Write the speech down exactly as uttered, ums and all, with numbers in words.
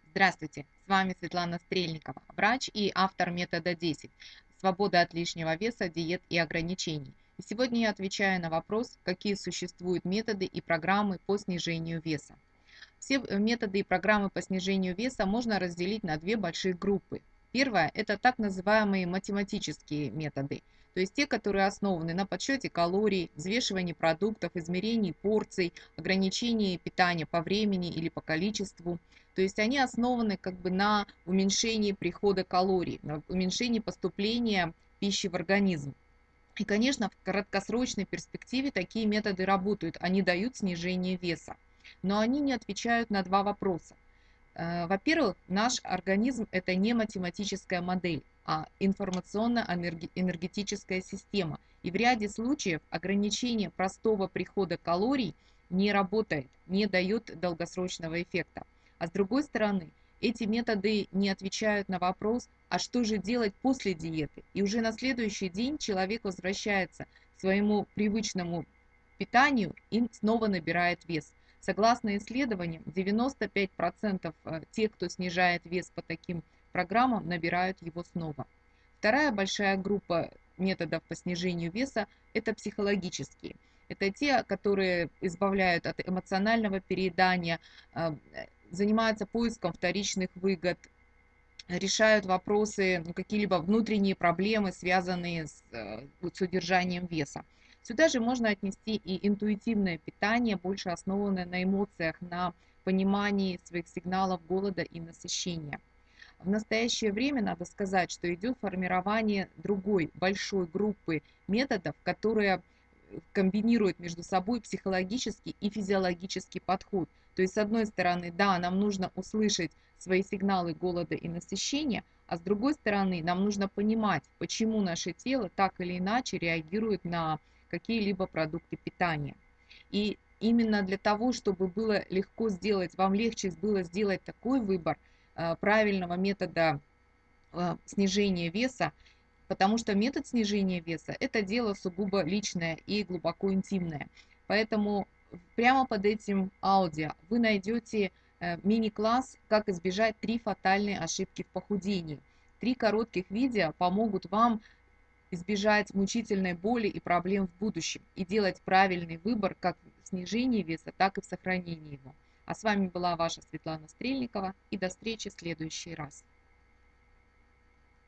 Здравствуйте, с вами Светлана Стрельникова, врач и автор метода десять «Свобода от лишнего веса, диет и ограничений». И сегодня я отвечаю на вопрос, какие существуют методы и программы по снижению веса. Все э, методы и программы по снижению веса можно разделить на две большие группы. Первая – это так называемые математические методы, то есть те, которые основаны на подсчете калорий, взвешивании продуктов, измерении порций, ограничении питания по времени или по количеству. То есть они основаны как бы на уменьшении прихода калорий, на уменьшении поступления пищи в организм. И, конечно, в краткосрочной перспективе такие методы работают, они дают снижение веса. Но они не отвечают на два вопроса. Э, Во-первых, наш организм – это не математическая модель, а информационно-энергетическая система. И в ряде случаев ограничение простого прихода калорий не работает, не дает долгосрочного эффекта. А с другой стороны, эти методы не отвечают на вопрос, а что же делать после диеты. И уже на следующий день человек возвращается к своему привычному питанию и снова набирает вес. Согласно исследованиям, девяносто пять процентов тех, кто снижает вес по таким программам, набирают его снова. Вторая большая группа методов по снижению веса – это психологические. Это те, которые избавляют от эмоционального переедания, э, занимаются поиском вторичных выгод, решают вопросы, ну, какие-либо внутренние проблемы, связанные с, э, с удержанием веса. Сюда же можно отнести и интуитивное питание, больше основанное на эмоциях, на понимании своих сигналов голода и насыщения. В настоящее время надо сказать, что идет формирование другой большой группы методов, которые комбинируют между собой психологический и физиологический подход. То есть, с одной стороны, да, нам нужно услышать свои сигналы голода и насыщения, а с другой стороны, нам нужно понимать, почему наше тело так или иначе реагирует на какие-либо продукты питания. И именно для того, чтобы было легко сделать, вам легче было сделать такой выбор э, правильного метода э, снижения веса, потому что метод снижения веса – это дело сугубо личное и глубоко интимное. Поэтому прямо под этим аудио вы найдете э, мини-класс «Как избежать три фатальные ошибки в похудении». Три коротких видео помогут вам избежать мучительной боли и проблем в будущем и делать правильный выбор как в снижении веса, так и в сохранении его. А с вами была ваша Светлана Стрельникова, и до встречи в следующий раз.